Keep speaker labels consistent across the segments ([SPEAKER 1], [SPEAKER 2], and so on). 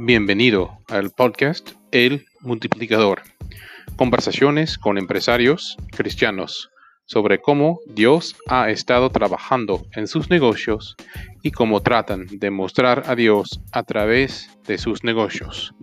[SPEAKER 1] Bienvenido al podcast El Multiplicador. Conversaciones con empresarios cristianos sobre cómo Dios ha estado trabajando en sus negocios y cómo tratan de mostrar a Dios a través de sus negocios.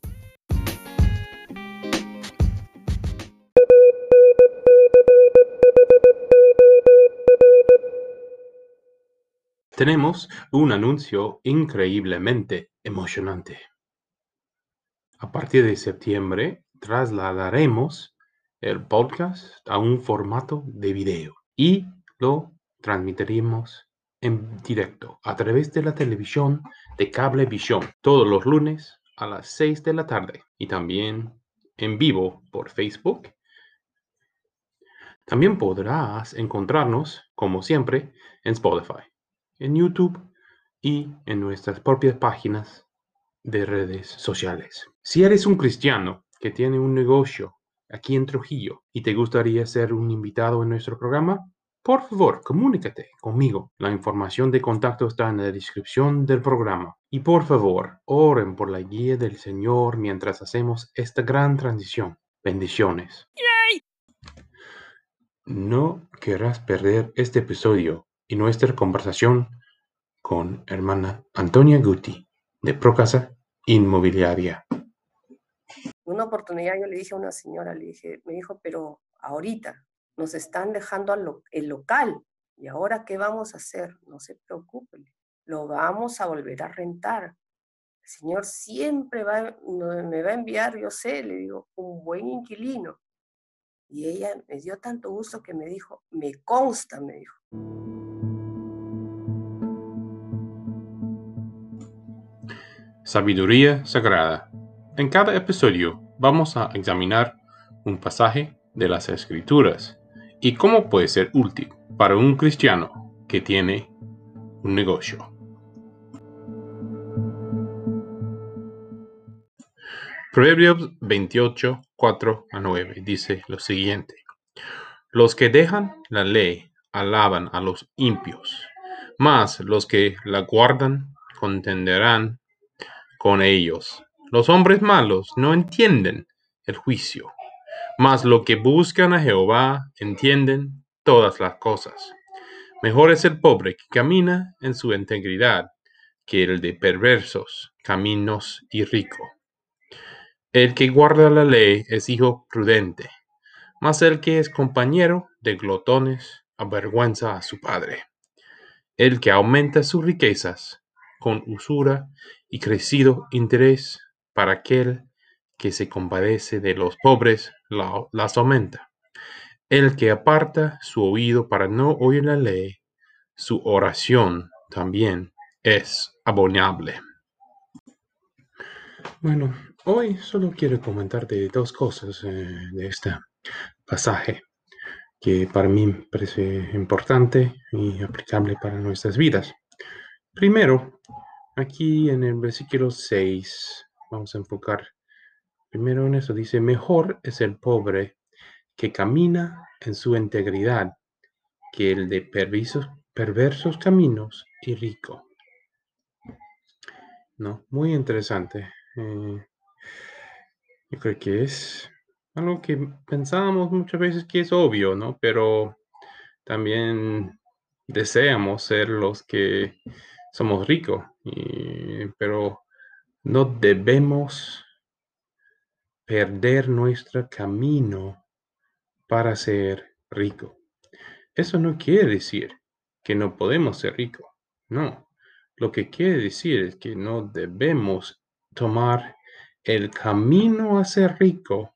[SPEAKER 1] Tenemos un anuncio increíblemente emocionante. A partir de septiembre, trasladaremos el podcast a un formato de video y lo transmitiremos en directo a través de la televisión de Cablevisión todos los lunes a las 6 de la tarde y también en vivo por Facebook. También podrás encontrarnos, como siempre, en Spotify, en YouTube y en nuestras propias páginas de redes sociales. Si eres un cristiano que tiene un negocio aquí en Trujillo y te gustaría ser un invitado en nuestro programa, por favor, comunícate conmigo. La información de contacto está en la descripción del programa. Y por favor, oren por la guía del Señor mientras hacemos esta gran transición. Bendiciones. ¡Yay! No querrás perder este episodio y nuestra conversación con hermana Antonia Guti de Procasa Inmobiliaria.
[SPEAKER 2] Una oportunidad yo le dije a una señora, me dijo, pero ahorita nos están dejando el local, ¿y ahora qué vamos a hacer? No se preocupe, lo vamos a volver a rentar. El Señor siempre me va a enviar, yo sé, le digo, un buen inquilino. Y ella me dio tanto gusto que me dijo, me consta, me dijo.
[SPEAKER 1] Sabiduría Sagrada. En cada episodio vamos a examinar un pasaje de las Escrituras y cómo puede ser útil para un cristiano que tiene un negocio. Proverbios 28, 4-9 dice lo siguiente: Los que dejan la ley alaban a los impios, mas los que la guardan contenderán con ellos. Los hombres malos no entienden el juicio, mas los que buscan a Jehová entienden todas las cosas. Mejor es el pobre que camina en su integridad que el de perversos caminos y rico. El que guarda la ley es hijo prudente, mas el que es compañero de glotones avergüenza a su padre. El que aumenta sus riquezas con usura y crecido interés para aquel que se compadece de los pobres las aumenta. El que aparta su oído para no oír la ley, su oración también es abominable. Bueno, hoy solo quiero comentarte dos cosas de este pasaje que para mí parece importante y aplicable para nuestras vidas. Primero, aquí en el versículo 6, vamos a enfocar primero en eso. Dice, mejor es el pobre que camina en su integridad que el de perversos caminos y rico. ¿No? Muy interesante. Yo creo que es algo que pensábamos muchas veces que es obvio, ¿no? Pero también deseamos ser los que somos ricos, pero no debemos perder nuestro camino para ser rico. Eso no quiere decir que no podemos ser ricos, no. Lo que quiere decir es que no debemos tomar el camino a ser rico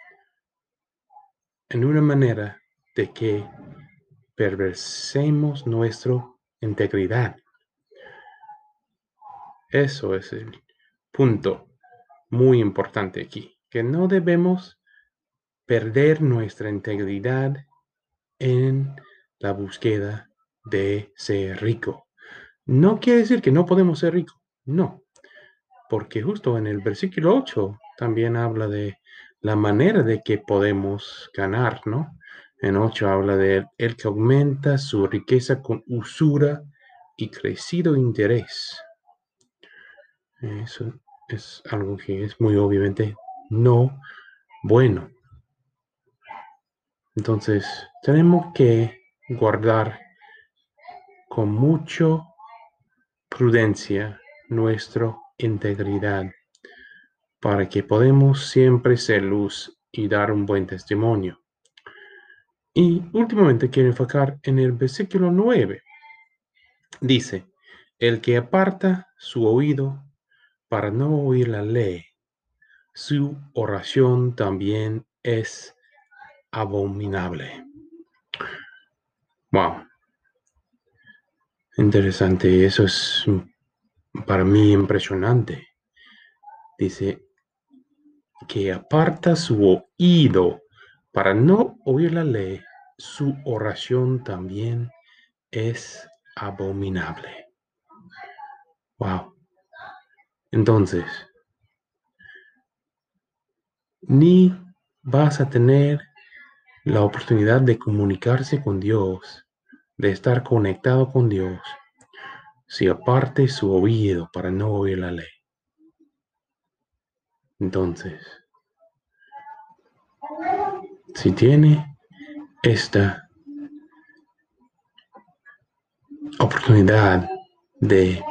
[SPEAKER 1] en una manera de que perversemos nuestra integridad. Eso es el punto muy importante aquí, que no debemos perder nuestra integridad en la búsqueda de ser rico. No quiere decir que no podemos ser ricos, no, porque justo en el versículo 8 también habla de la manera de que podemos ganar, ¿no? En 8 habla de el que aumenta su riqueza con usura y crecido interés. Eso es algo que es muy obviamente no bueno. Entonces, tenemos que guardar con mucha prudencia nuestra integridad para que podamos siempre ser luz y dar un buen testimonio. Y últimamente quiero enfocar en el versículo 9. Dice, el que aparta su oído para no oír la ley, su oración también es abominable. Wow, interesante, eso es para mí impresionante. Dice que aparta su oído para no oír la ley, su oración también es abominable. Wow. Entonces, ni vas a tener la oportunidad de comunicarse con Dios, de estar conectado con Dios, si aparte su oído para no oír la ley. Entonces, si tiene esta oportunidad de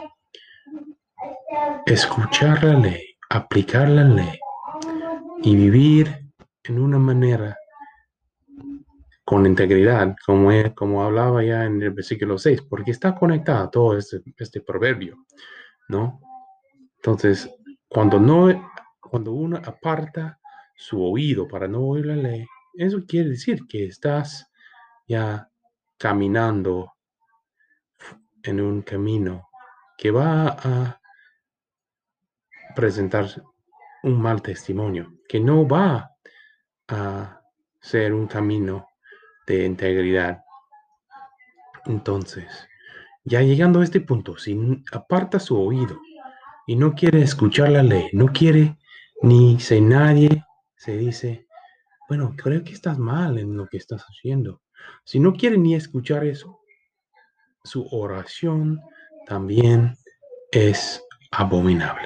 [SPEAKER 1] escuchar la ley, aplicar la ley y vivir en una manera con integridad, como hablaba ya en el versículo 6, porque está conectado todo este proverbio, ¿no? Entonces, cuando uno aparta su oído para no oír la ley, eso quiere decir que estás ya caminando en un camino que va a presentar un mal testimonio, que no va a ser un camino de integridad. Entonces, ya llegando a este punto, si aparta su oído y no quiere escuchar la ley, no quiere ni se nadie se dice, bueno, creo que estás mal en lo que estás haciendo. Si no quiere ni escuchar eso, su oración también es abominable.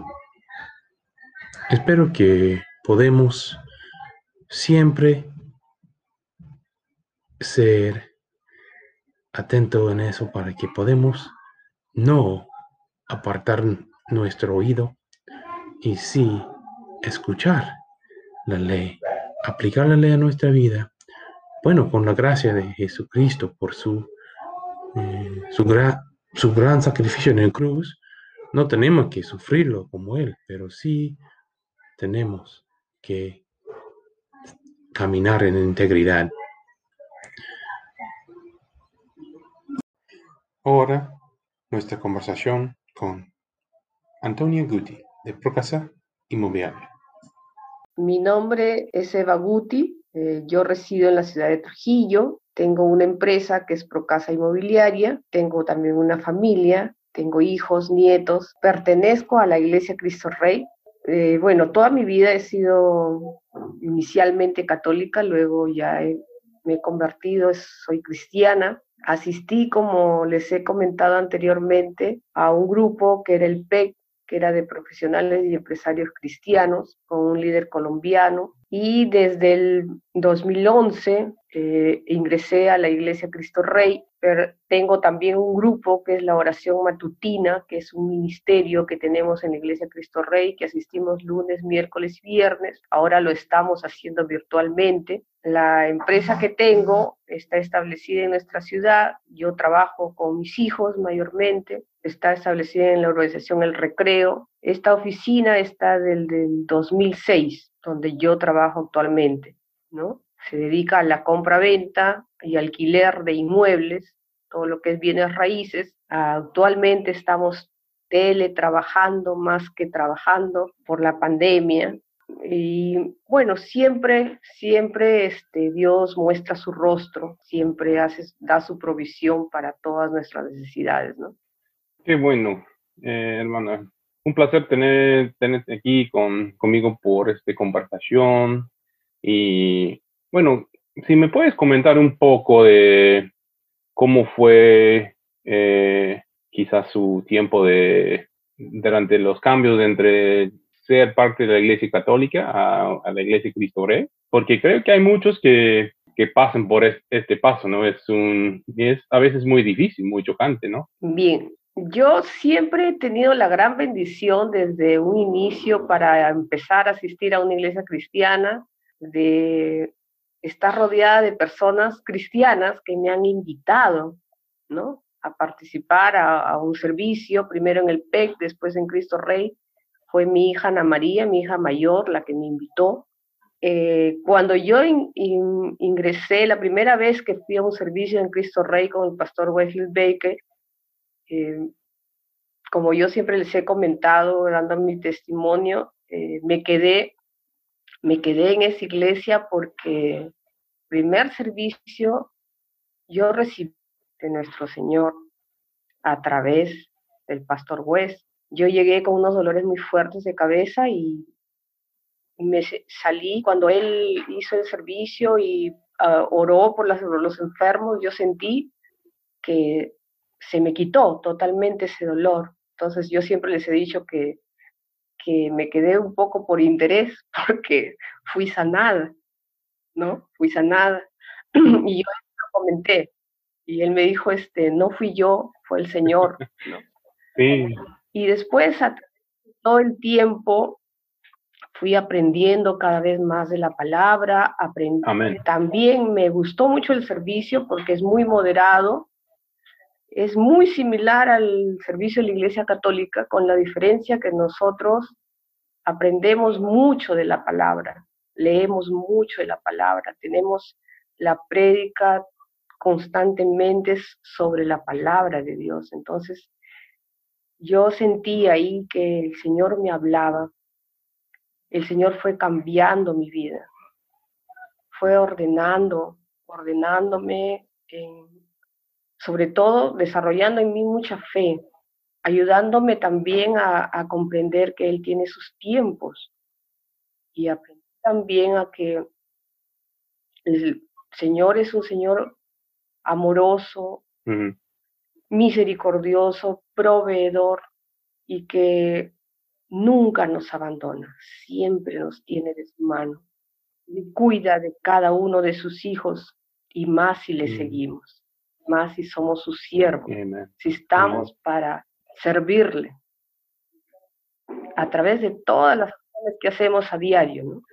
[SPEAKER 1] Espero que podemos siempre ser atentos en eso para que podamos no apartar nuestro oído y sí escuchar la ley, aplicar la ley a nuestra vida, bueno, con la gracia de Jesucristo por su gran sacrificio en el cruz. No tenemos que sufrirlo como Él, pero sí tenemos que caminar en integridad. Ahora, nuestra conversación con Antonia Guti, de Procasa Inmobiliaria.
[SPEAKER 2] Mi nombre es Eva Guti, yo resido en la ciudad de Trujillo, tengo una empresa que es Procasa Inmobiliaria, tengo también una familia, tengo hijos, nietos, pertenezco a la Iglesia Cristo Rey. Bueno, toda mi vida he sido inicialmente católica, luego me he convertido, soy cristiana. Asistí, como les he comentado anteriormente, a un grupo que era el PEC, que era de profesionales y empresarios cristianos, con un líder colombiano. Y desde el 2011 ingresé a la Iglesia Cristo Rey, pero tengo también un grupo que es la oración matutina, que es un ministerio que tenemos en la Iglesia Cristo Rey, que asistimos lunes, miércoles y viernes. Ahora lo estamos haciendo virtualmente. La empresa que tengo está establecida en nuestra ciudad. Yo trabajo con mis hijos mayormente. Está establecida en la organización El Recreo. Esta oficina está desde el 2006, donde yo trabajo actualmente, ¿no? Se dedica a la compra-venta y alquiler de inmuebles, todo lo que es bienes raíces. Actualmente estamos teletrabajando más que trabajando por la pandemia. Y bueno, siempre Dios muestra su rostro, siempre da su provisión para todas nuestras necesidades, ¿no?
[SPEAKER 1] Qué bueno, hermana. Un placer tenerte aquí conmigo por esta conversación. Y bueno, si me puedes comentar un poco de cómo fue quizás su tiempo de durante los cambios entre ser parte de la Iglesia Católica a la Iglesia Cristo Rey, porque creo que hay muchos que pasan por este paso, ¿no? Es a veces muy difícil, muy chocante, ¿no?
[SPEAKER 2] Bien, yo siempre he tenido la gran bendición desde un inicio para empezar a asistir a una iglesia cristiana, de estar rodeada de personas cristianas que me han invitado, ¿no?, a participar a un servicio, primero en el PEC, después en Cristo Rey. Fue mi hija Ana María, mi hija mayor, la que me invitó. Cuando yo ingresé, la primera vez que fui a un servicio en Cristo Rey con el pastor Wesley Baker, como yo siempre les he comentado, dando mi testimonio, me quedé en esa iglesia porque primer servicio yo recibí de nuestro Señor a través del pastor West. Yo llegué con unos dolores muy fuertes de cabeza y me salí cuando él hizo el servicio y oró por los enfermos. Yo sentí que se me quitó totalmente ese dolor. Entonces yo siempre les he dicho que me quedé un poco por interés porque fui sanada, ¿no? Fui sanada. Y yo lo comenté. Y él me dijo, no fui yo, fue el Señor, ¿no?
[SPEAKER 1] Sí.
[SPEAKER 2] Y después, a todo el tiempo, fui aprendiendo cada vez más de la palabra.
[SPEAKER 1] Amén.
[SPEAKER 2] También me gustó mucho el servicio porque es muy moderado. Es muy similar al servicio de la Iglesia Católica, con la diferencia que nosotros aprendemos mucho de la palabra, leemos mucho de la palabra, tenemos la prédica constantemente sobre la palabra de Dios. Entonces, yo sentí ahí que el Señor me hablaba, el Señor fue cambiando mi vida, fue ordenándome, sobre todo desarrollando en mí mucha fe, ayudándome también a comprender que Él tiene sus tiempos, y aprendí también a que el Señor es un Señor amoroso, misericordioso, proveedor, y que nunca nos abandona, siempre nos tiene de su mano, y cuida de cada uno de sus hijos, y más si le seguimos, más si somos sus siervos, si estamos para servirle a través de todas las cosas que hacemos a diario, ¿no?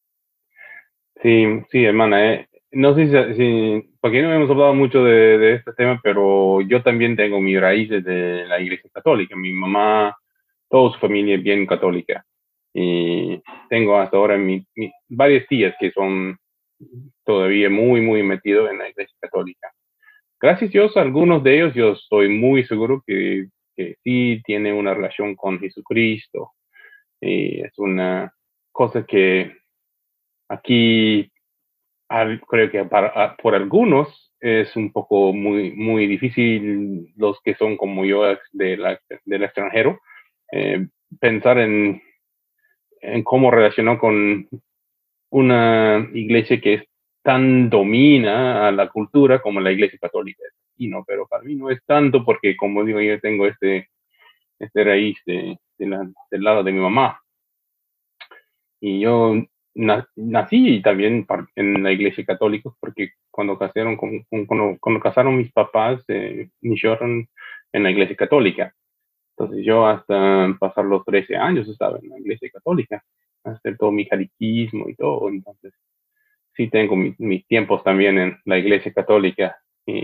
[SPEAKER 1] Sí, hermana. No sé porque no hemos hablado mucho de este tema, pero yo también tengo mis raíces de la Iglesia Católica. Mi mamá, toda su familia es bien católica. Y tengo hasta ahora varias tías que son todavía muy, muy metidos en la Iglesia Católica. Gracias a Dios, algunos de ellos yo estoy muy seguro que sí tienen una relación con Jesucristo. Y es una cosa que aquí creo que por algunos es un poco muy, muy difícil, los que son como yo del extranjero, pensar en cómo relacionar con una iglesia que es tan domina a la cultura como la Iglesia Católica. Y no, pero para mí no es tanto porque, como digo, yo tengo este raíz del lado de mi mamá. Y yo nací también en la Iglesia Católica porque cuando casaron mis papás, me hicieron en la Iglesia Católica. Entonces yo hasta pasar los 13 años estaba en la Iglesia Católica, hacer todo mi catequismo y todo. Entonces sí tengo mis tiempos también en la Iglesia Católica.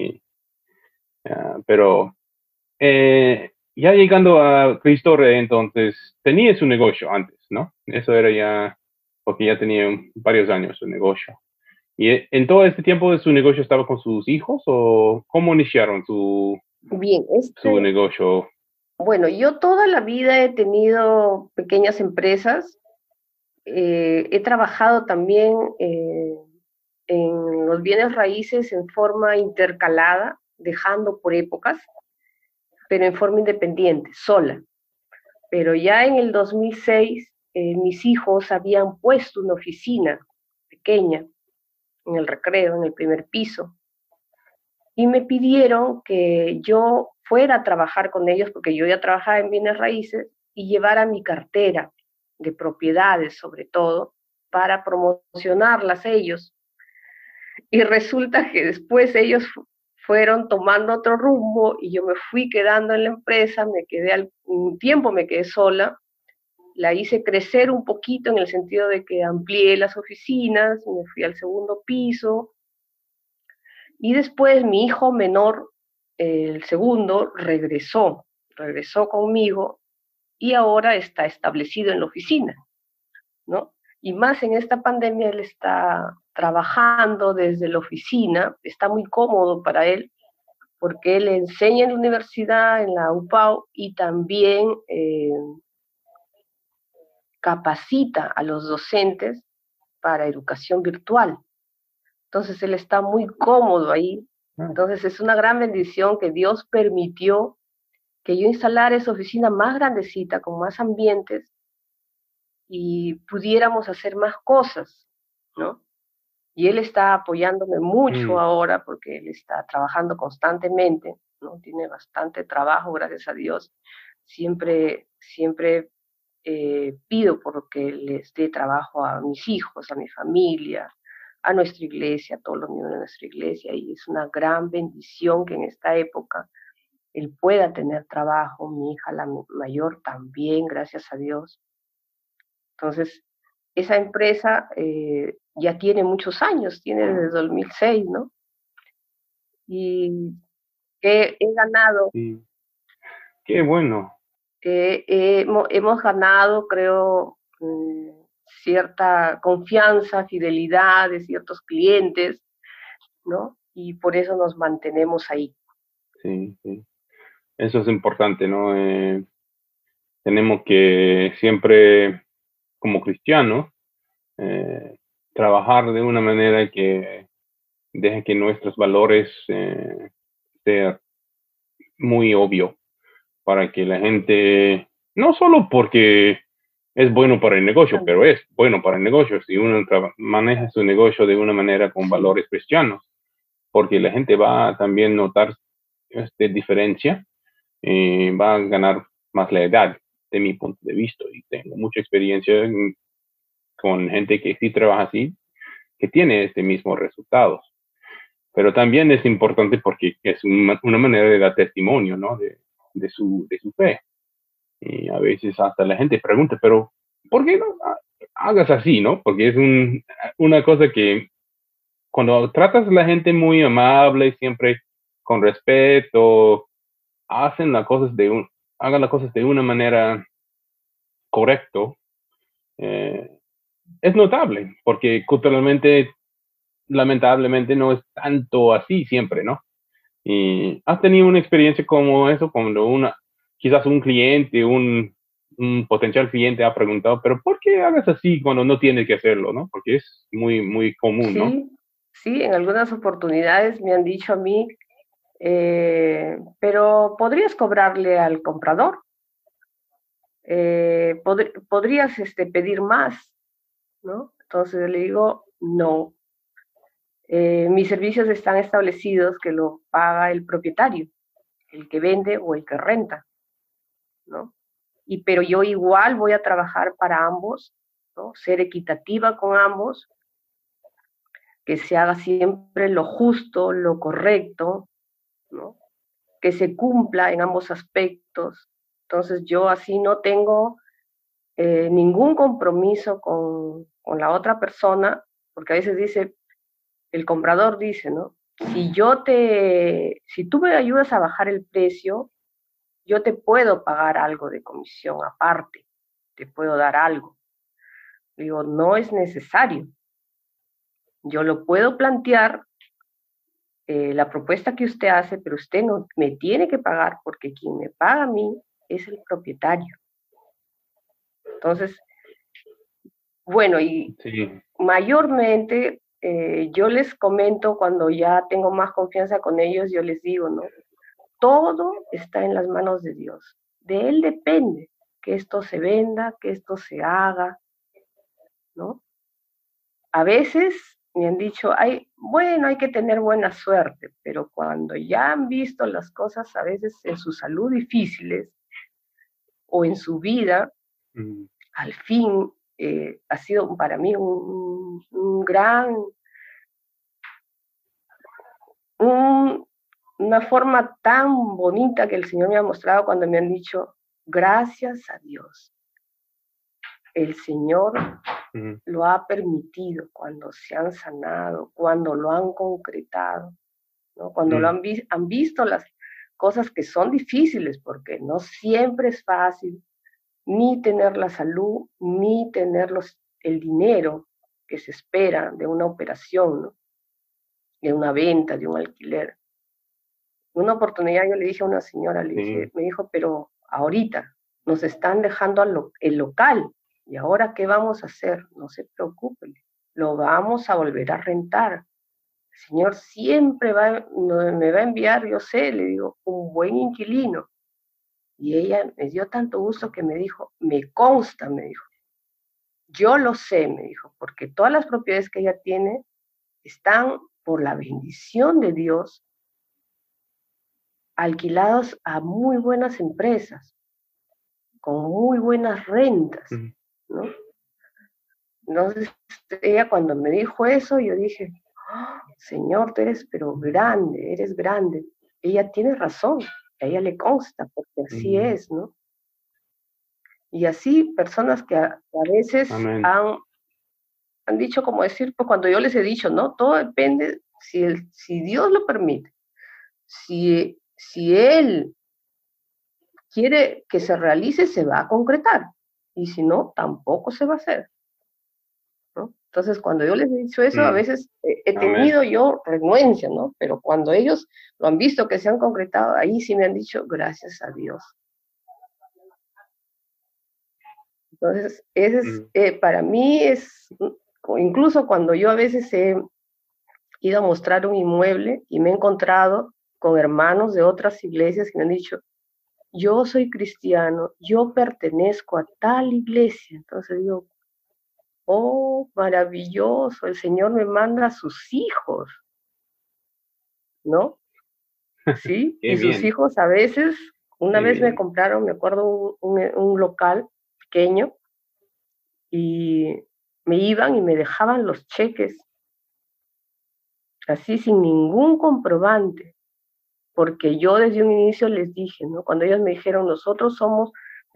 [SPEAKER 1] Pero ya llegando a Cristo Rey, entonces tenía su negocio antes, ¿no? Eso era ya, porque ya tenía varios años su negocio. ¿Y en todo este tiempo de su negocio estaba con sus hijos o cómo iniciaron su negocio?
[SPEAKER 2] Bueno, yo toda la vida he tenido pequeñas empresas. He trabajado también en los bienes raíces en forma intercalada, dejando por épocas, pero en forma independiente, sola. Pero ya en el 2006, mis hijos habían puesto una oficina pequeña en el recreo, en el primer piso, y me pidieron que yo fuera a trabajar con ellos, porque yo ya trabajaba en bienes raíces, y llevara mi cartera de propiedades, sobre todo, para promocionarlas ellos. Y resulta que después ellos fueron tomando otro rumbo y yo me fui quedando en la empresa, un tiempo me quedé sola, la hice crecer un poquito en el sentido de que amplié las oficinas, me fui al segundo piso y después mi hijo menor, el segundo, regresó conmigo y ahora está establecido en la oficina, ¿no? Y más en esta pandemia él está trabajando desde la oficina, está muy cómodo para él, porque él enseña en la universidad, en la UPAU, y también capacita a los docentes para educación virtual. Entonces él está muy cómodo ahí. Entonces es una gran bendición que Dios permitió que yo instalara esa oficina más grandecita, con más ambientes, y pudiéramos hacer más cosas, ¿no? Y él está apoyándome mucho ahora porque él está trabajando constantemente, ¿no? Tiene bastante trabajo, gracias a Dios. Siempre pido porque les dé trabajo a mis hijos, a mi familia, a nuestra iglesia, a todos los miembros de nuestra iglesia. Y es una gran bendición que en esta época él pueda tener trabajo, mi hija la mayor también, gracias a Dios. Entonces, esa empresa ya tiene muchos años, tiene desde 2006, ¿no? Y he ganado.
[SPEAKER 1] Sí. Qué bueno.
[SPEAKER 2] Hemos ganado, creo, cierta confianza, fidelidad de ciertos clientes, ¿no? Y por eso nos mantenemos ahí.
[SPEAKER 1] Sí, sí. Eso es importante, ¿no? Tenemos que siempre, como cristianos, trabajar de una manera que deje que nuestros valores sean muy obvio para que la gente, no solo porque es bueno para el negocio, pero es bueno para el negocio si uno maneja su negocio de una manera con valores cristianos, porque la gente va a también notar diferencia, va a ganar más la edad, de mi punto de vista, y tengo mucha experiencia con gente que sí trabaja así, que tiene este mismo resultados. Pero también es importante porque es una manera de dar testimonio, ¿no? De su fe. Y a veces hasta la gente pregunta, pero ¿por qué no hagas así, no? Porque es una cosa que cuando tratas a la gente muy amable, siempre con respeto, hagan las cosas de una manera correcto, es notable, porque culturalmente, lamentablemente, no es tanto así siempre, ¿no? Y has tenido una experiencia como eso, cuando quizás un cliente, un potencial cliente ha preguntado, pero ¿por qué hagas así cuando no tienes que hacerlo, no? Porque es muy, muy común, ¿no?
[SPEAKER 2] Sí, sí, en algunas oportunidades me han dicho a mí, pero podrías cobrarle al comprador, podrías pedir más, ¿no? Entonces le digo, no, mis servicios están establecidos que lo paga el propietario, el que vende o el que renta, ¿no? Pero yo igual voy a trabajar para ambos, ¿no? Ser equitativa con ambos, que se haga siempre lo justo, lo correcto, ¿no? Que se cumpla en ambos aspectos. Entonces yo así no tengo ningún compromiso con la otra persona, porque a veces el comprador dice, ¿no? Si tú me ayudas a bajar el precio, yo te puedo pagar algo de comisión aparte, te puedo dar algo. Digo, no es necesario. Yo lo puedo plantear, la propuesta que usted hace, pero usted no me tiene que pagar porque quien me paga a mí es el propietario. Entonces, bueno, y sí, mayormente yo les comento cuando ya tengo más confianza con ellos, yo les digo, ¿no? Todo está en las manos de Dios. De Él depende que esto se venda, que esto se haga, ¿no? A veces me han dicho, bueno, hay que tener buena suerte, pero cuando ya han visto las cosas a veces en su salud difíciles, o en su vida,
[SPEAKER 1] Mm,
[SPEAKER 2] al fin ha sido para mí gran, una forma tan bonita que el Señor me ha mostrado cuando me han dicho, gracias a Dios. El Señor lo ha permitido cuando se han sanado, cuando lo han concretado, ¿no? Cuando lo han visto las cosas que son difíciles, porque no siempre es fácil ni tener la salud, ni tener el dinero que se espera de una operación, ¿no? De una venta, de un alquiler. Una oportunidad yo le dije a una señora, me dijo, pero ahorita nos están dejando el local, ¿y ahora qué vamos a hacer? No se preocupe, lo vamos a volver a rentar. El Señor siempre me va a enviar, yo sé, le digo, un buen inquilino. Y ella me dio tanto gusto que me dijo, me consta, me dijo. Yo lo sé, me dijo, porque todas las propiedades que ella tiene están por la bendición de Dios alquilados a muy buenas empresas, con muy buenas rentas, ¿no? Entonces, ella cuando me dijo eso, yo dije, oh, Señor, tú eres pero grande, eres grande. Ella tiene razón, a ella le consta, porque así es, ¿no? Y así personas que a veces han dicho, como decir, pues cuando yo les he dicho, ¿no? Todo depende si Dios lo permite. Si Él quiere que se realice, se va a concretar. Y si no, tampoco se va a hacer, ¿no? Entonces, cuando yo les he dicho eso, a veces he tenido yo renuencia, ¿no? Pero cuando ellos lo han visto que se han concretado, ahí sí me han dicho, gracias a Dios. Entonces, para mí incluso cuando yo a veces he ido a mostrar un inmueble y me he encontrado con hermanos de otras iglesias que me han dicho, yo soy cristiano, yo pertenezco a tal iglesia. Entonces digo, oh, maravilloso, el Señor me manda a sus hijos, ¿no? Sí, y sus hijos a veces, una vez me compraron, me acuerdo, un local pequeño y me iban y me dejaban los cheques así sin ningún comprobante, porque yo desde un inicio les dije, ¿no? Cuando ellos me dijeron, nosotros somos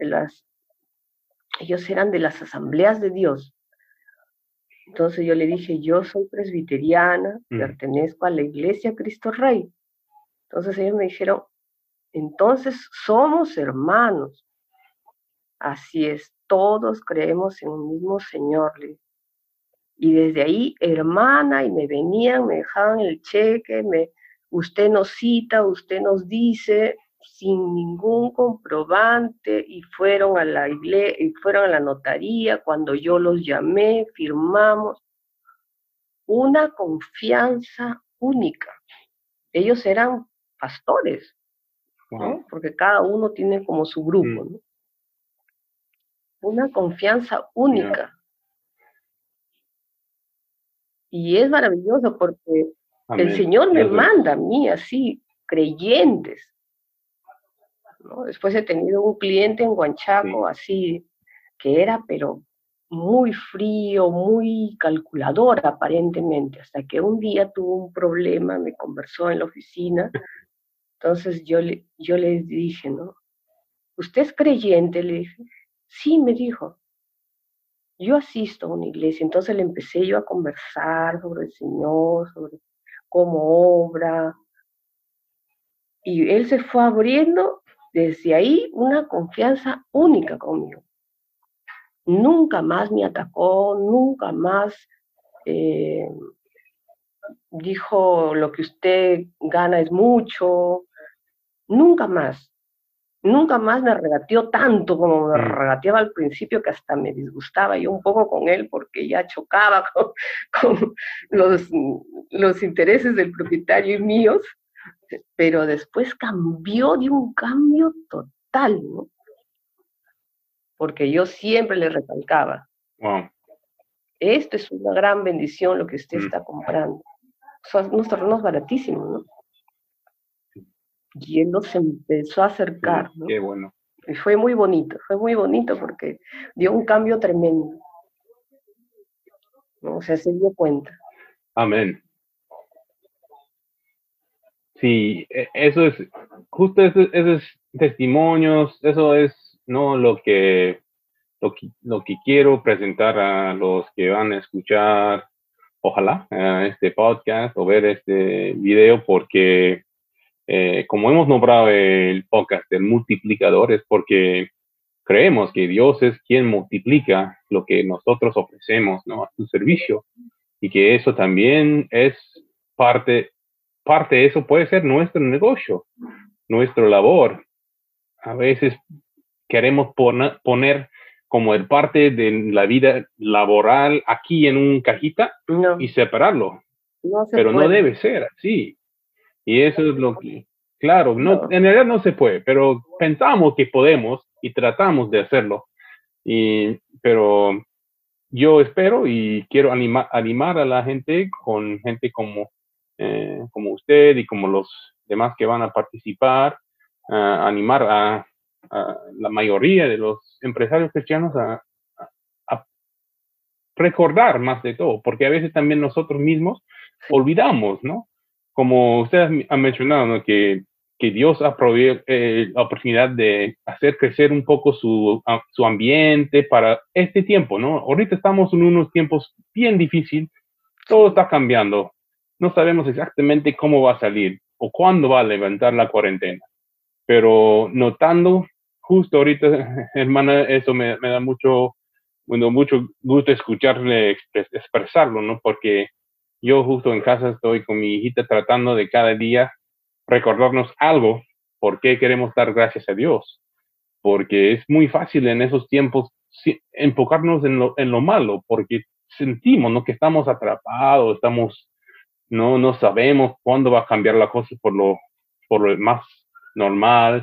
[SPEAKER 2] ellos eran de las asambleas de Dios. Entonces yo le dije, yo soy presbiteriana, pertenezco a la Iglesia Cristo Rey. Entonces ellos me dijeron, entonces somos hermanos. Así es, todos creemos en un mismo Señor. Y desde ahí, hermana, y me venían, me dejaban el cheque, usted nos cita, usted nos dice, sin ningún comprobante, y fueron a la iglesia, y fueron a la notaría, cuando yo los llamé, firmamos. Una confianza única. Ellos eran pastores, ¿no? Porque cada uno tiene como su grupo, ¿no? Una confianza única. Y es maravilloso porque el Señor me manda a mí así, creyentes, ¿no? Después he tenido un cliente en Huanchaco así, que era pero muy frío, muy calculador aparentemente, hasta que un día tuvo un problema, me conversó en la oficina, entonces yo les dije, ¿no? ¿Usted es creyente? Le dije, sí, me dijo, yo asisto a una iglesia, entonces le empecé yo a conversar sobre el Señor, sobre cómo obra, y él se fue abriendo desde ahí una confianza única conmigo. Nunca más me atacó, nunca más dijo lo que usted gana es mucho, nunca más. Nunca más me regateó tanto como me regateaba al principio, que hasta me disgustaba yo un poco con él porque ya chocaba con los intereses del propietario y míos, pero después cambió, dio un cambio total, ¿no? Porque yo siempre le recalcaba, esto es una gran bendición lo que usted está comprando. Son unos terrenos baratísimos, ¿no? Y él nos empezó a acercar, ¿no?
[SPEAKER 1] Qué bueno.
[SPEAKER 2] Y fue muy bonito porque dio un cambio tremendo, ¿no? O sea, se dio cuenta.
[SPEAKER 1] Amén. Sí, eso es, justo esos testimonios, eso es no lo que quiero presentar a los que van a escuchar, ojalá, este podcast o ver este video, porque como hemos nombrado el podcast del multiplicador, es porque creemos que Dios es quien multiplica lo que nosotros ofrecemos, ¿no? A su servicio, y que eso también es parte, parte de eso puede ser nuestro negocio, nuestra labor. A veces queremos poner como el parte de la vida laboral aquí en un cajita
[SPEAKER 2] No,
[SPEAKER 1] y separarlo,
[SPEAKER 2] no se
[SPEAKER 1] pero no
[SPEAKER 2] puede.
[SPEAKER 1] debe ser así. Y eso es lo que, claro, no,
[SPEAKER 2] No.
[SPEAKER 1] en realidad no se puede, pero pensamos que podemos y tratamos de hacerlo. Pero yo espero y quiero animar a la gente con gente como usted y como los demás que van a participar, animar a la mayoría de los empresarios cristianos a recordar más de todo, porque a veces también nosotros mismos
[SPEAKER 2] Sí,
[SPEAKER 1] olvidamos, ¿no? Como usted ha mencionado, ¿no? Que Dios ha proveído la oportunidad de hacer crecer un poco su ambiente para este tiempo, ¿no? Ahorita estamos en unos tiempos bien difíciles, todo
[SPEAKER 2] sí.
[SPEAKER 1] está cambiando, no sabemos exactamente cómo va a salir o cuándo va a levantar la cuarentena, pero notando justo ahorita, hermana, eso me da mucho gusto escucharle expresarlo, ¿no? Porque yo justo en casa estoy con mi hijita tratando de cada día recordarnos algo, por qué queremos dar gracias a Dios, porque es muy fácil en esos tiempos enfocarnos en lo malo, porque sentimos, ¿no? Que estamos atrapados, no sabemos cuándo va a cambiar la cosa por lo más normal,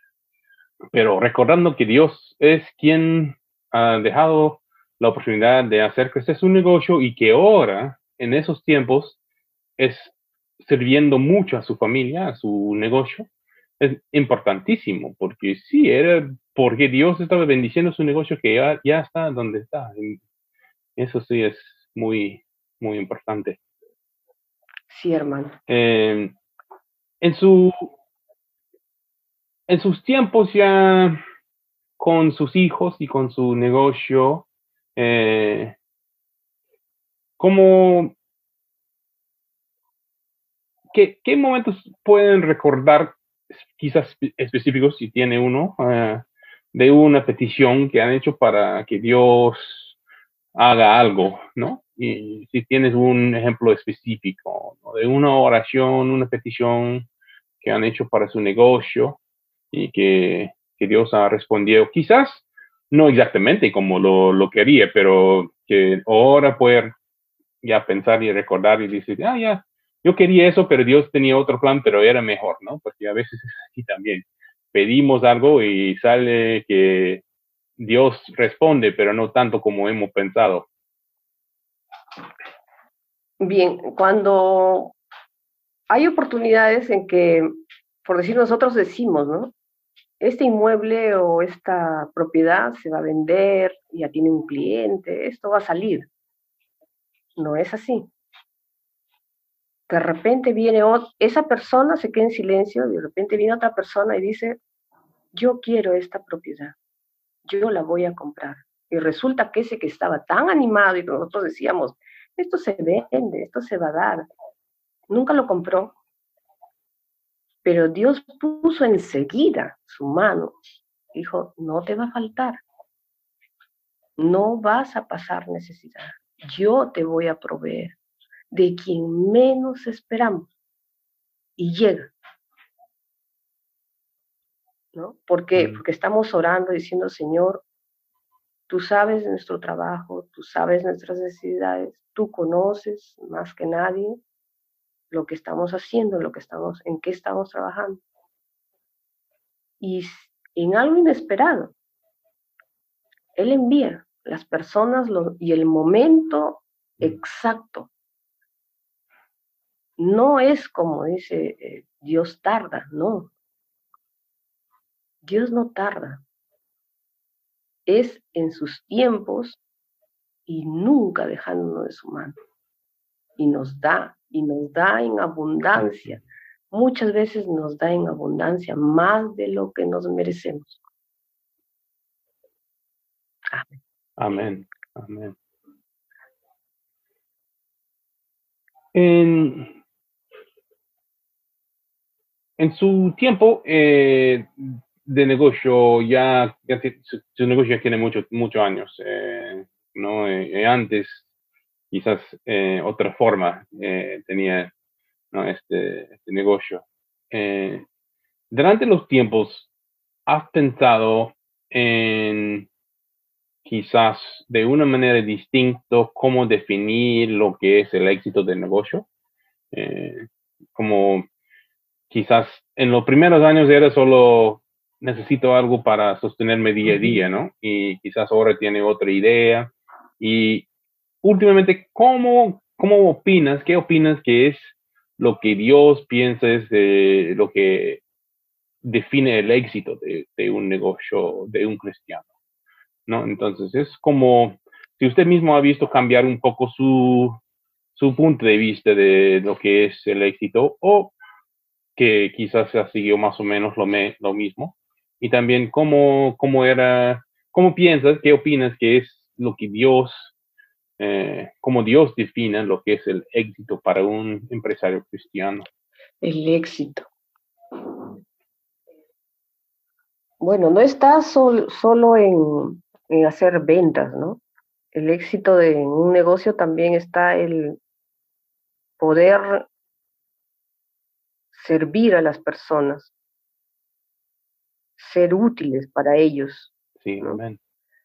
[SPEAKER 1] pero recordando que Dios es quien ha dejado la oportunidad de hacer crecer su negocio y que ahora, en esos tiempos, es sirviendo mucho a su familia, a su negocio, es importantísimo, porque sí, era porque Dios estaba bendiciendo su negocio que ya está donde está. Eso sí es muy, muy importante.
[SPEAKER 2] Sí, hermano.
[SPEAKER 1] Eh, en, su, en sus tiempos ya con sus hijos y con su negocio, eh, ¿cómo, qué momentos pueden recordar, quizás específicos, si tiene uno, de una petición que han hecho para que Dios haga algo, ¿no? Y si tienes un ejemplo específico, ¿no? De una oración, una petición que han hecho para su negocio y que Dios ha respondido, quizás no exactamente como lo quería, pero que ahora poder ya pensar y recordar y decir, ya, yo quería eso, pero Dios tenía otro plan, pero era mejor, ¿no? Porque a veces es así también. Pedimos algo y sale que Dios responde, pero no tanto como hemos pensado.
[SPEAKER 2] Bien, cuando hay oportunidades en que, por decir nosotros decimos, ¿no? Este inmueble o esta propiedad se va a vender, ya tiene un cliente, esto va a salir. No es así. De repente viene esa persona, se queda en silencio, y de repente viene otra persona y dice, yo quiero esta propiedad, yo la voy a comprar. Y resulta que ese que estaba tan animado y nosotros decíamos, esto se vende, esto se va a dar, nunca lo compró, pero Dios puso enseguida su mano, dijo, no te va a faltar, no vas a pasar necesidad, yo te voy a proveer de quien menos esperamos. Y llega, ¿no? ¿Por qué?
[SPEAKER 1] Mm.
[SPEAKER 2] Porque estamos orando diciendo, Señor, tú sabes nuestro trabajo, tú sabes nuestras necesidades, tú conoces más que nadie lo que estamos haciendo, en qué estamos trabajando. Y en algo inesperado, Él envía las personas y el momento exacto. No es como dice Dios tarda, no. Dios no tarda. es en sus tiempos y nunca dejándonos de su mano. Y nos da en abundancia. Muchas veces nos da en abundancia más de lo que nos merecemos.
[SPEAKER 1] Amén. Amén. En su tiempo de negocio, su negocio ya tiene muchos años, ¿no? Antes, quizás otra forma tenía, ¿no? este negocio. Durante los tiempos, ¿has pensado en quizás de una manera distinta cómo definir lo que es el éxito del negocio? Como quizás en los primeros años era solo necesito algo para sostenerme día a día, ¿no? Y quizás ahora tiene otra idea. Y últimamente, ¿cómo opinas? ¿Qué opinas que es lo que Dios piensa es de lo que define el éxito de un negocio, de un cristiano, ¿no? Entonces, es como si usted mismo ha visto cambiar un poco su punto de vista de lo que es el éxito, o que quizás ha seguido más o menos lo mismo. Y también cómo piensas, qué opinas que es lo que Dios, cómo Dios define lo que es el éxito para un empresario cristiano.
[SPEAKER 2] El éxito. Bueno, no está solo en hacer ventas, ¿no? El éxito de un negocio también está el poder servir a las personas, ser útiles para ellos.
[SPEAKER 1] Sí,
[SPEAKER 2] ¿no?
[SPEAKER 1] amén.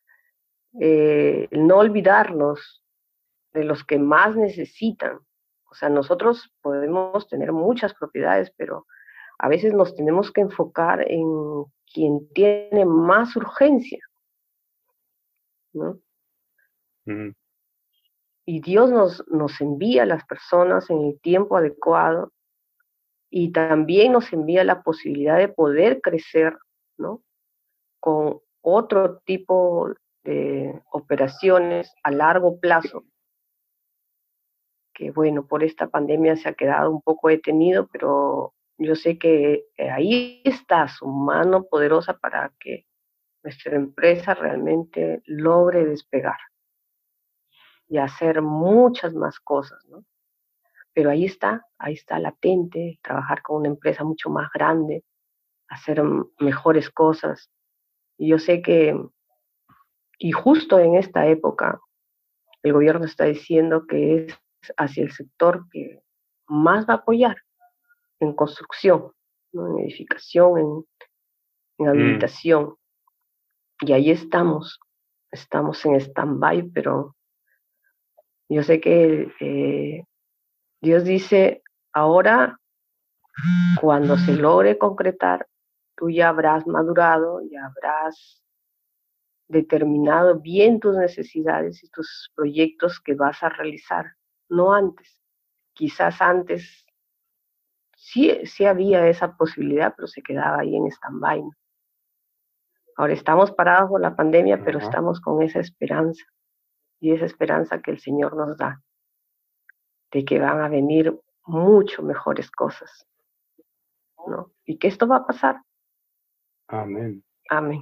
[SPEAKER 2] No olvidarnos de los que más necesitan. O sea, nosotros podemos tener muchas propiedades, pero a veces nos tenemos que enfocar en quien tiene más urgencia, ¿no?
[SPEAKER 1] Mm.
[SPEAKER 2] Y Dios nos envía a las personas en el tiempo adecuado y también nos envía la posibilidad de poder crecer, ¿no? Con otro tipo de operaciones a largo plazo, que bueno, por esta pandemia se ha quedado un poco detenido, pero yo sé que ahí está su mano poderosa para que nuestra empresa realmente logre despegar y hacer muchas más cosas, ¿no? Pero ahí está latente, trabajar con una empresa mucho más grande, hacer mejores cosas. Y yo sé que, y justo en esta época, el gobierno está diciendo que es hacia el sector que más va a apoyar en construcción, ¿no? En edificación, en habilitación. Y ahí estamos en stand-by, pero yo sé que Dios dice, ahora, cuando se logre concretar, tú ya habrás madurado, ya habrás determinado bien tus necesidades y tus proyectos que vas a realizar, no antes. Quizás antes sí había esa posibilidad, pero se quedaba ahí en stand-by. Ahora estamos parados por la pandemia, pero estamos con esa esperanza, y esa esperanza que el Señor nos da, de que van a venir mucho mejores cosas, ¿no? Y que esto va a pasar.
[SPEAKER 1] Amén.
[SPEAKER 2] Amén.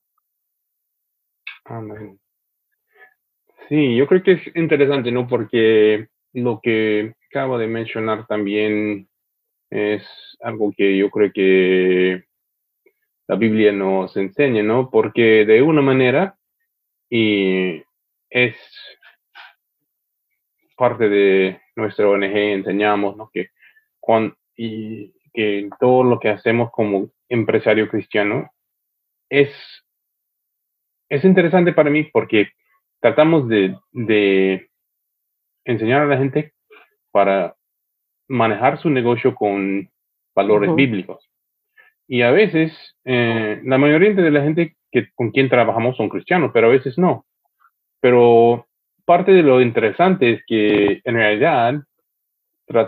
[SPEAKER 1] Amén. Sí, yo creo que es interesante, ¿no? Porque lo que acabo de mencionar también es algo que yo creo que la Biblia nos enseña, ¿no? Porque de una manera, y es parte de nuestra ONG, enseñamos, ¿no? Y que todo lo que hacemos como empresario cristiano es interesante para mí porque tratamos de enseñar a la gente para manejar su negocio con valores bíblicos. Y a veces, la mayoría de la gente con quien trabajamos son cristianos, pero a veces no. Pero parte de lo interesante es que en realidad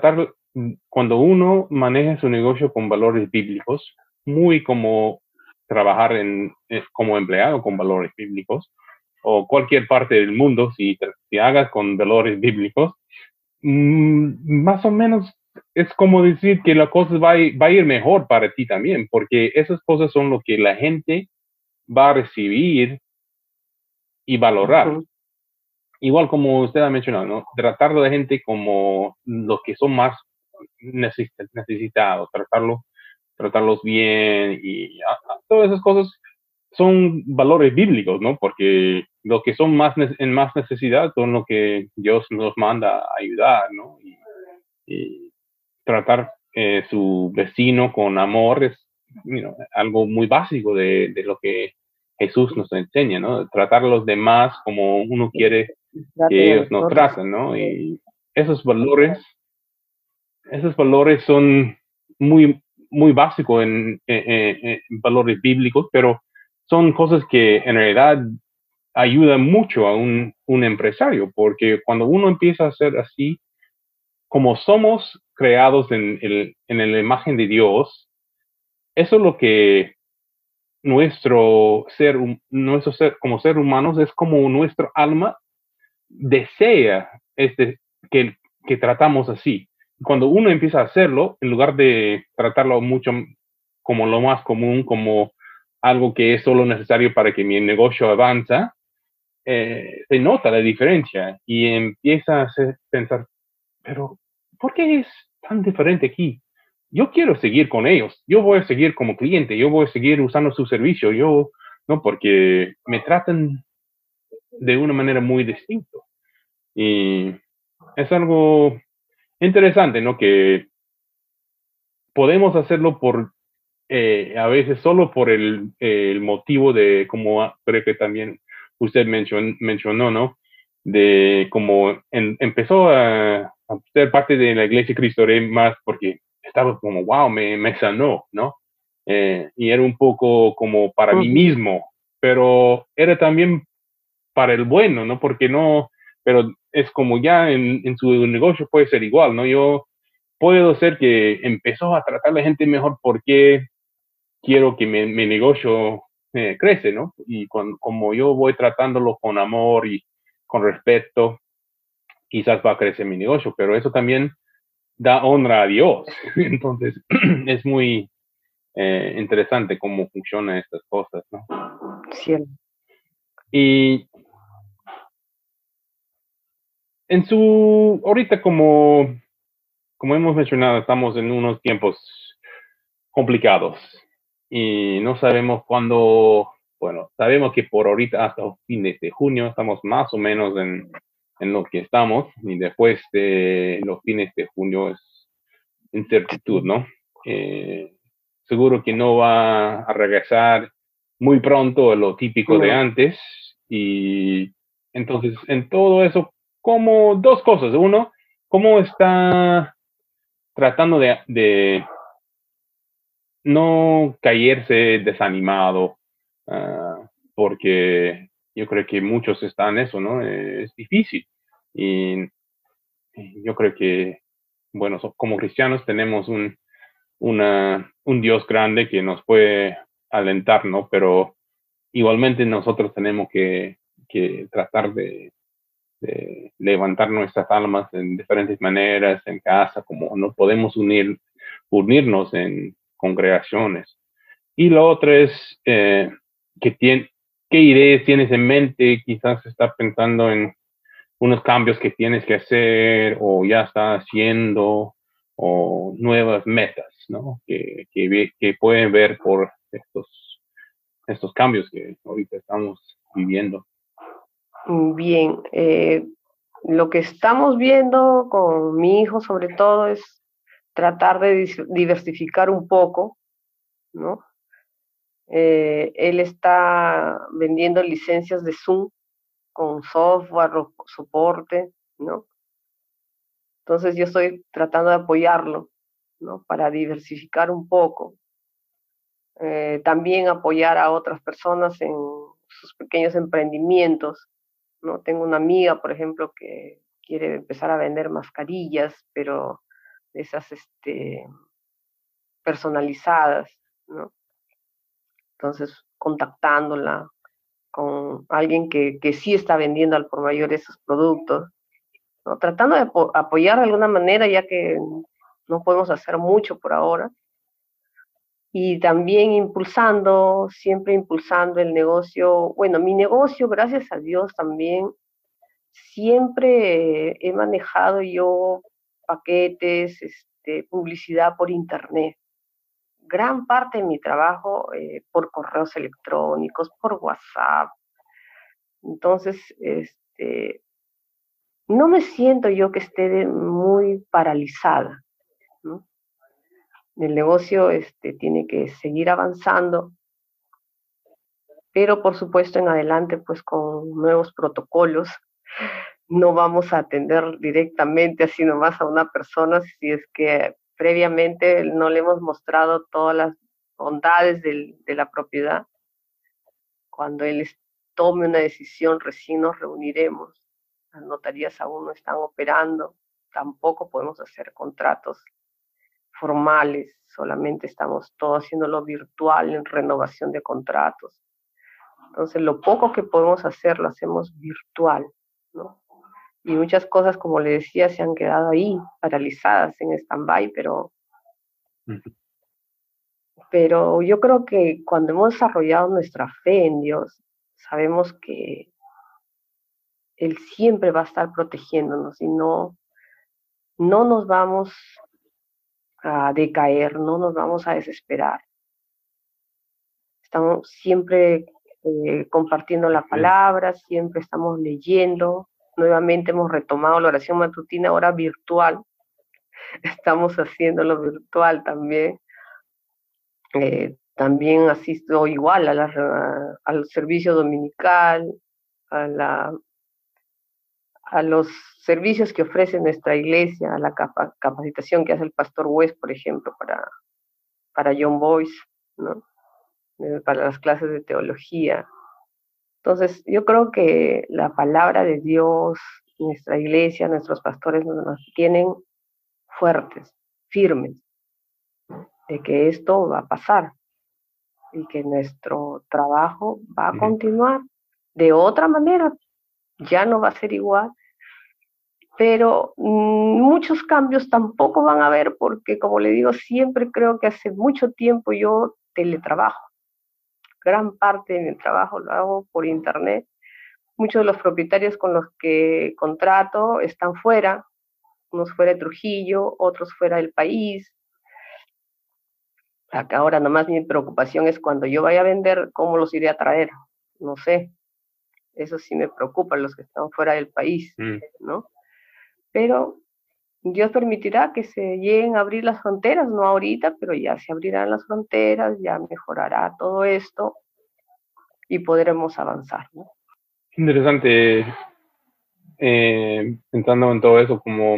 [SPEAKER 1] cuando uno maneja su negocio con valores bíblicos, muy como trabajar como empleado con valores bíblicos, o cualquier parte del mundo, si hagas con valores bíblicos, más o menos es como decir que la cosa va a ir mejor para ti también, porque esas cosas son lo que la gente va a recibir y valorar. Igual como usted ha mencionado, ¿no? Tratar a la gente como los que son más necesitados, tratarlos bien y todas esas cosas son valores bíblicos, ¿no? Porque los que son en más necesidad son los que Dios nos manda a ayudar, ¿no? Y tratar su vecino con amor es algo muy básico de lo que Jesús nos enseña, ¿no? Tratar a los demás como uno quiere que
[SPEAKER 2] Traten a
[SPEAKER 1] ellos nos
[SPEAKER 2] nosotros.
[SPEAKER 1] tratan, ¿no? Y esos valores, esos valores son muy, muy básicos en valores bíblicos, pero son cosas que en realidad ayudan mucho a un empresario, porque cuando uno empieza a ser así, como somos creados en la imagen de Dios, eso es lo que nuestro ser como ser humanos es como nuestro alma desea que, que tratamos así. Cuando uno empieza a hacerlo, en lugar de tratarlo mucho como lo más común, como algo que es solo necesario para que mi negocio avanza, se nota la diferencia y empieza a pensar, pero ¿por qué es tan diferente aquí? Yo quiero seguir con ellos, yo voy a seguir como cliente, yo voy a seguir usando su servicio, no, porque me tratan de una manera muy distinta. Y es algo interesante, ¿no? Que podemos hacerlo a veces solo por el motivo de, como creo que también usted mencionó, ¿no? De cómo empezó a ser parte de la Iglesia Cristo Rey más porque estaba como, wow, me sanó, ¿no? Y era un poco como para mí mismo, pero era también para el bueno, ¿no? Porque no, pero es como ya en su negocio puede ser igual, ¿no? Yo puedo ser que empezó a tratar a la gente mejor porque quiero que mi negocio crece, ¿no? Y como yo voy tratándolo con amor y con respeto, quizás va a crecer mi negocio, pero eso también da honra a Dios. Entonces, es muy interesante cómo funcionan estas cosas, ¿no?
[SPEAKER 2] Cierto.
[SPEAKER 1] Y ahorita como hemos mencionado, estamos en unos tiempos complicados y no sabemos cuándo, bueno, sabemos que por ahorita hasta fines de junio estamos más o menos en lo que estamos y después de los fines de junio es incertidumbre, ¿no? Seguro que no va a regresar muy pronto a lo típico de
[SPEAKER 2] No.
[SPEAKER 1] antes y entonces en todo eso, como dos cosas. Uno, cómo está tratando de no caerse desanimado, porque yo creo que muchos están en eso, ¿no? Es difícil. Y yo creo que, bueno, como cristianos tenemos un Dios grande que nos puede alentar, ¿no? Pero igualmente nosotros tenemos que tratar de levantar nuestras almas en diferentes maneras, en casa, como no podemos unirnos en congregaciones. Y lo otro es qué ideas tienes en mente, quizás estás pensando en unos cambios que tienes que hacer o ya estás haciendo o nuevas metas, ¿no? Que pueden ver por estos cambios que ahorita estamos viviendo.
[SPEAKER 2] Bien, lo que estamos viendo con mi hijo sobre todo es tratar de diversificar un poco, ¿no? Él está vendiendo licencias de Zoom con software, soporte, ¿no? Entonces yo estoy tratando de apoyarlo, ¿no? Para diversificar un poco. También apoyar a otras personas en sus pequeños emprendimientos, ¿no? Tengo una amiga, por ejemplo, que quiere empezar a vender mascarillas, pero esas personalizadas, ¿no? Entonces, contactándola con alguien que sí está vendiendo al por mayor esos productos, ¿no? Tratando de apoyar de alguna manera, ya que no podemos hacer mucho por ahora, y también impulsando, siempre impulsando el negocio. Bueno, mi negocio, gracias a Dios también, siempre he manejado yo paquetes, publicidad por internet. Gran parte de mi trabajo por correos electrónicos, por WhatsApp. Entonces, no me siento yo que esté muy paralizada, ¿no? El negocio tiene que seguir avanzando, pero por supuesto en adelante pues con nuevos protocolos. No vamos a atender directamente así nomás a una persona si es que previamente no le hemos mostrado todas las bondades de la propiedad. Cuando él tome una decisión, recién nos reuniremos. Las notarías aún no están operando, tampoco podemos hacer contratos formales, solamente estamos todo haciéndolo virtual en renovación de contratos. Entonces, lo poco que podemos hacer lo hacemos virtual, ¿no? Y muchas cosas, como le decía, se han quedado ahí, paralizadas en stand-by, pero yo creo que cuando hemos desarrollado nuestra fe en Dios, sabemos que Él siempre va a estar protegiéndonos y no nos vamos a decaer, no nos vamos a desesperar. Estamos siempre compartiendo la palabra, siempre estamos leyendo. Nuevamente hemos retomado la oración matutina, ahora virtual. Estamos haciéndolo virtual también. También asisto igual al servicio dominical, a los servicios que ofrece nuestra iglesia, a la capacitación que hace el pastor West, por ejemplo, para John Boyce, ¿no? Para las clases de teología. Entonces, yo creo que la palabra de Dios, nuestra iglesia, nuestros pastores nos tienen fuertes, firmes, de que esto va a pasar y que nuestro trabajo va a continuar de otra manera, ya no va a ser igual, pero muchos cambios tampoco van a haber porque, como le digo, siempre creo que hace mucho tiempo yo teletrabajo. Gran parte de mi trabajo lo hago por internet. Muchos de los propietarios con los que contrato están fuera, unos fuera de Trujillo, otros fuera del país. Acá ahora nomás mi preocupación es cuando yo vaya a vender, ¿cómo los iré a traer? No sé. Eso sí me preocupa, los que están fuera del país, ¿no? Pero Dios permitirá que se lleguen a abrir las fronteras, no ahorita, pero ya se abrirán las fronteras, ya mejorará todo esto y podremos avanzar, ¿no?
[SPEAKER 1] Interesante, pensando en todo eso, como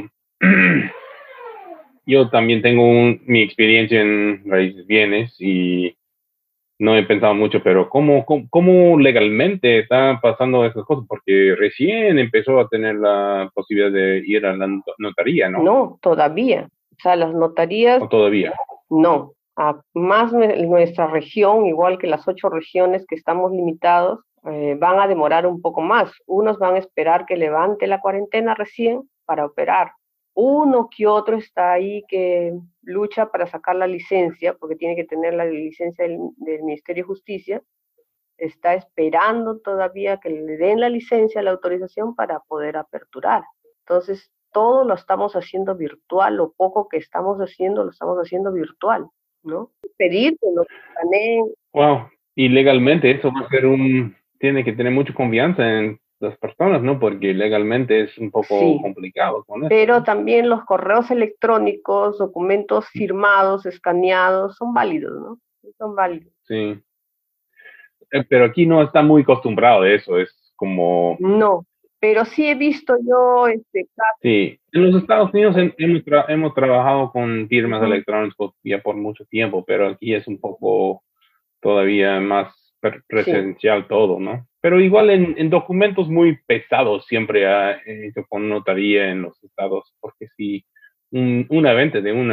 [SPEAKER 1] yo también tengo mi experiencia en raíces bienes y no he pensado mucho, pero ¿cómo legalmente están pasando esas cosas? Porque recién empezó a tener la posibilidad de ir a la notaría, ¿no?
[SPEAKER 2] No, todavía. O sea, las notarías...
[SPEAKER 1] ¿O todavía?
[SPEAKER 2] No. Más nuestra región, igual que las 8 regiones que estamos limitados, van a demorar un poco más. Unos van a esperar que levante la cuarentena recién para operar. Uno que otro está ahí que lucha para sacar la licencia, porque tiene que tener la licencia del Ministerio de Justicia. Está esperando todavía que le den la licencia, la autorización para poder aperturar. Entonces, todo lo estamos haciendo virtual, lo poco que estamos haciendo, lo estamos haciendo virtual, ¿no? Pedir que nos escaneen.
[SPEAKER 1] Wow, y legalmente eso va a ser tiene que tener mucha confianza en las personas, ¿no? Porque legalmente es un poco complicado con eso.
[SPEAKER 2] Pero también los correos electrónicos, documentos firmados, escaneados, son válidos, ¿no? Son válidos.
[SPEAKER 1] Sí. Pero aquí no está muy acostumbrado a eso, es como...
[SPEAKER 2] No, pero sí he visto yo casos.
[SPEAKER 1] Sí, en los Estados Unidos hemos trabajado con firmas electrónicas ya por mucho tiempo, pero aquí es un poco todavía más presencial todo, ¿no? Pero igual en documentos muy pesados siempre ha hecho con notaría en los estados, porque si una venta de una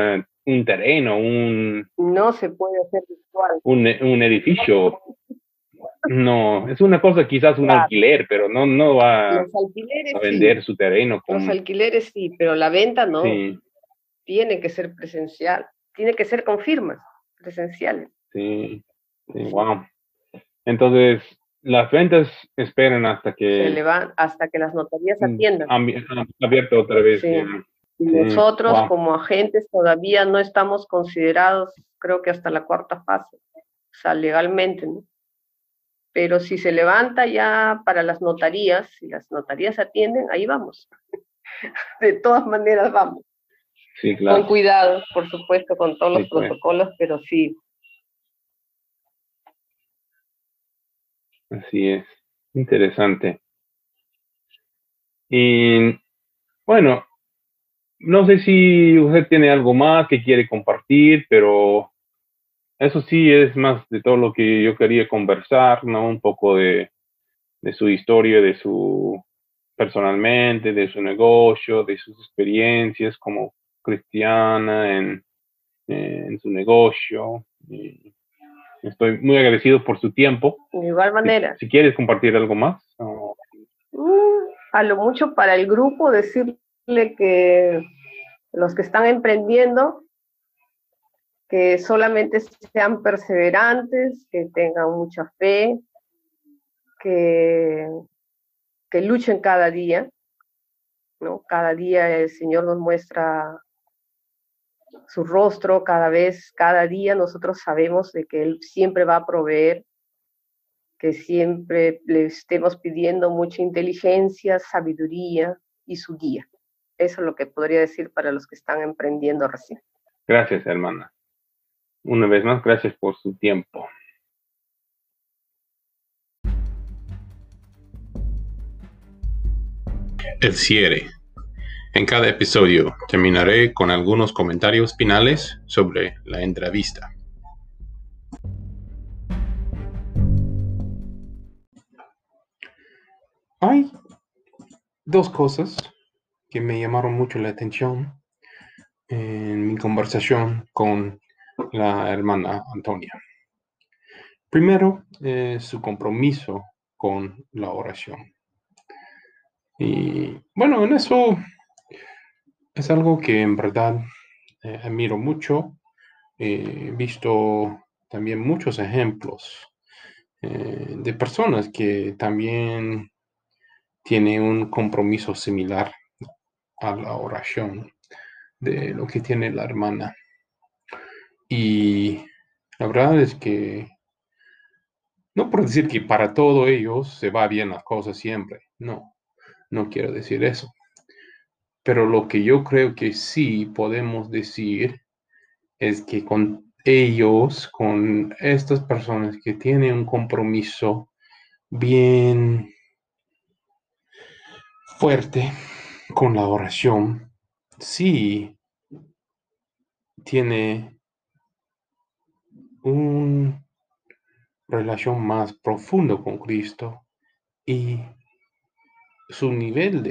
[SPEAKER 1] un terreno,
[SPEAKER 2] No se puede hacer virtual.
[SPEAKER 1] un edificio. No, es una cosa, quizás un
[SPEAKER 2] Claro.
[SPEAKER 1] alquiler, pero no va
[SPEAKER 2] Los alquileres
[SPEAKER 1] a
[SPEAKER 2] sí,
[SPEAKER 1] vender su terreno
[SPEAKER 2] los alquileres sí, pero la venta no.
[SPEAKER 1] Sí,
[SPEAKER 2] Tiene que ser presencial, tiene que ser con firmas presenciales.
[SPEAKER 1] sí, wow. Entonces, las ventas esperan hasta
[SPEAKER 2] Se
[SPEAKER 1] que
[SPEAKER 2] le van hasta que las notarías atiendan.
[SPEAKER 1] han abierto otra vez.
[SPEAKER 2] Sí.
[SPEAKER 1] Ya.
[SPEAKER 2] Y
[SPEAKER 1] Sí,
[SPEAKER 2] nosotros
[SPEAKER 1] wow.
[SPEAKER 2] como agentes todavía no estamos considerados, creo que hasta la cuarta fase, o sea, legalmente, ¿no? Pero si se levanta ya para las notarías, si las notarías atienden, ahí vamos. De todas maneras vamos.
[SPEAKER 1] Sí, claro.
[SPEAKER 2] Con cuidado, por supuesto, con todos los
[SPEAKER 1] Sí, pues.
[SPEAKER 2] protocolos, pero sí.
[SPEAKER 1] Así es. Interesante. Y bueno, no sé si usted tiene algo más que quiere compartir, pero eso sí es más de todo lo que yo quería conversar, ¿no? Un poco de su historia, de su personalmente, de su negocio, de sus experiencias como cristiana en su negocio. Y estoy muy agradecido por su tiempo.
[SPEAKER 2] De igual manera.
[SPEAKER 1] Si quieres compartir algo más. O...
[SPEAKER 2] A lo mucho para el grupo decirle que los que están emprendiendo, que solamente sean perseverantes, que tengan mucha fe, que luchen cada día, ¿no? Cada día el Señor nos muestra su rostro, cada día nosotros sabemos de que Él siempre va a proveer, que siempre le estemos pidiendo mucha inteligencia, sabiduría y su guía. Eso es lo que podría decir para los que están emprendiendo recién.
[SPEAKER 1] Gracias, hermana. Una vez más, gracias por su tiempo. El cierre. En cada episodio terminaré con algunos comentarios finales sobre la entrevista. Hay dos cosas que me llamaron mucho la atención en mi conversación con la hermana Antonia. Primero, su compromiso con la oración. Y bueno, en eso es algo que en verdad admiro mucho. He visto también muchos ejemplos de personas que también tienen un compromiso similar a la oración de lo que tiene la hermana. Y la verdad es que no por decir que para todos ellos se va bien las cosas siempre, no quiero decir eso. Pero lo que yo creo que sí podemos decir es que con ellos, con estas personas que tienen un compromiso bien fuerte con la oración, sí tiene una relación más profundo con Cristo y su nivel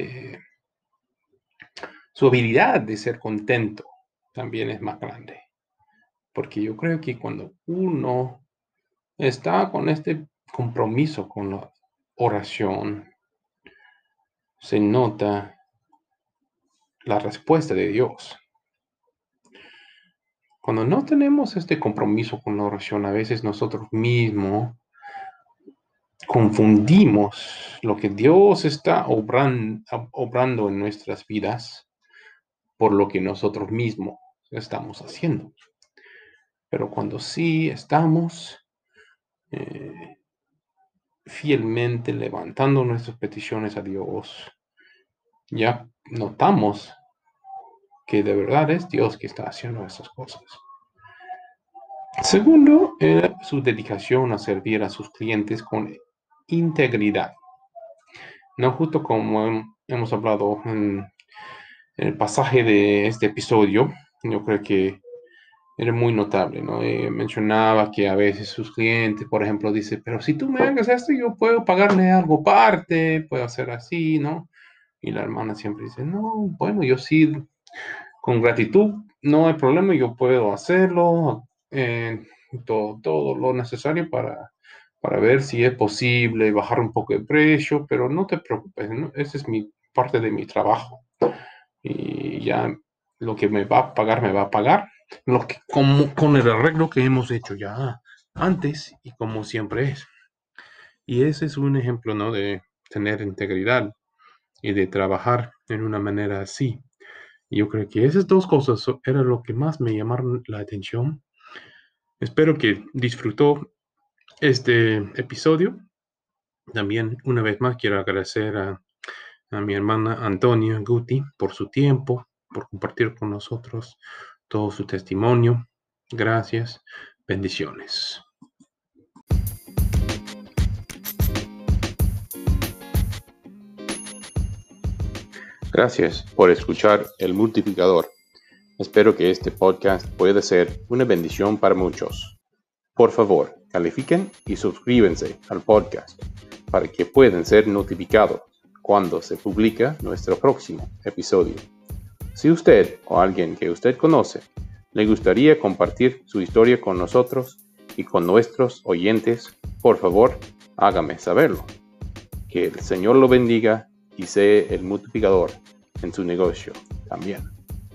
[SPEAKER 1] su habilidad de ser contento también es más grande. Porque yo creo que cuando uno está con este compromiso con la oración, se nota la respuesta de Dios. Cuando no tenemos este compromiso con la oración, a veces nosotros mismos confundimos lo que Dios está obrando en nuestras vidas por lo que nosotros mismos estamos haciendo. Pero cuando sí estamos fielmente levantando nuestras peticiones a Dios, ya notamos que de verdad es Dios que está haciendo esas cosas. Segundo, su dedicación a servir a sus clientes con integridad. No justo como hemos hablado en el pasaje de este episodio, yo creo que era muy notable, ¿no? Mencionaba que a veces sus clientes, por ejemplo, dice, pero si tú me hagas esto, yo puedo pagarle algo aparte, puedo hacer así, ¿no? Y la hermana siempre dice, no, bueno, yo sí, con gratitud no hay problema, yo puedo hacerlo, todo lo necesario para ver si es posible bajar un poco de precio, pero no te preocupes, ¿no? Esa es mi parte de mi trabajo. Y ya lo que me va a pagar, me va a pagar. Lo que, como, con el arreglo que hemos hecho ya antes y como siempre es. Y ese es un ejemplo, ¿no? De tener integridad y de trabajar en una manera así. Y yo creo que esas dos cosas era lo que más me llamaron la atención. Espero que disfrutó este episodio. También una vez más quiero agradecer a mi hermana Antonia Guti por su tiempo, por compartir con nosotros todo su testimonio. Gracias. Bendiciones. Gracias por escuchar El Multiplicador. Espero que este podcast pueda ser una bendición para muchos. Por favor, califiquen y suscríbanse al podcast para que puedan ser notificados cuando se publica nuestro próximo episodio. Si usted o alguien que usted conoce le gustaría compartir su historia con nosotros y con nuestros oyentes, por favor, hágame saberlo. Que el Señor lo bendiga y sea el multiplicador en su negocio también.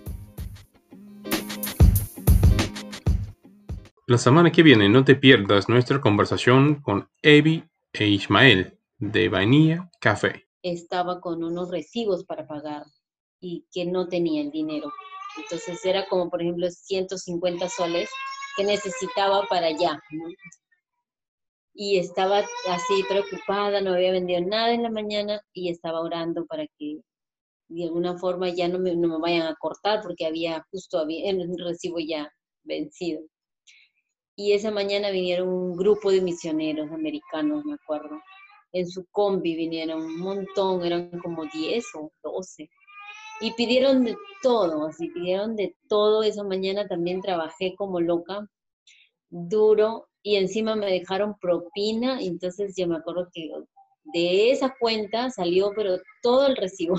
[SPEAKER 1] La semana que viene no te pierdas nuestra conversación con Evi e Ismael de Vainilla Café.
[SPEAKER 3] Estaba con unos recibos para pagar y que no tenía el dinero. Entonces era como, por ejemplo, 150 soles que necesitaba para allá, ¿no? Y estaba así preocupada, no había vendido nada en la mañana y estaba orando para que de alguna forma ya no me vayan a cortar porque había el recibo ya vencido. Y esa mañana vinieron un grupo de misioneros americanos, me acuerdo. En su combi vinieron un montón, eran como 10 o 12. Y pidieron de todo, así pidieron de todo. Esa mañana también trabajé como loca, duro, y encima me dejaron propina. Entonces yo me acuerdo que de esa cuenta salió, pero todo el recibo.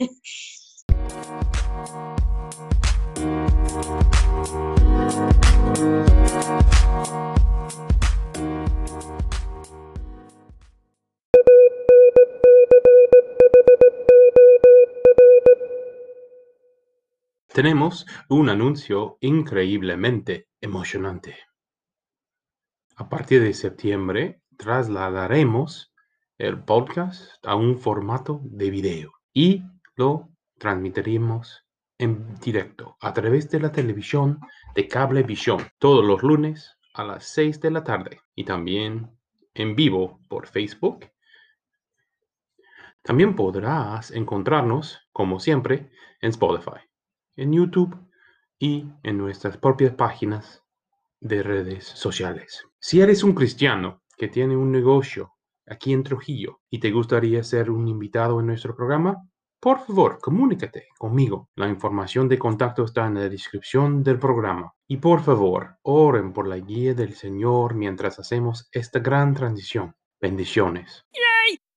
[SPEAKER 1] Tenemos un anuncio increíblemente emocionante. A partir de septiembre trasladaremos el podcast a un formato de video y lo transmitiremos en directo a través de la televisión de Cablevisión todos los lunes a las 6 de la tarde y también en vivo por Facebook. También podrás encontrarnos, como siempre, en Spotify, en YouTube y en nuestras propias páginas de redes sociales. Si eres un cristiano que tiene un negocio aquí en Trujillo y te gustaría ser un invitado en nuestro programa, por favor, comunícate conmigo. La información de contacto está en la descripción del programa. Y por favor, oren por la guía del Señor mientras hacemos esta gran transición. Bendiciones.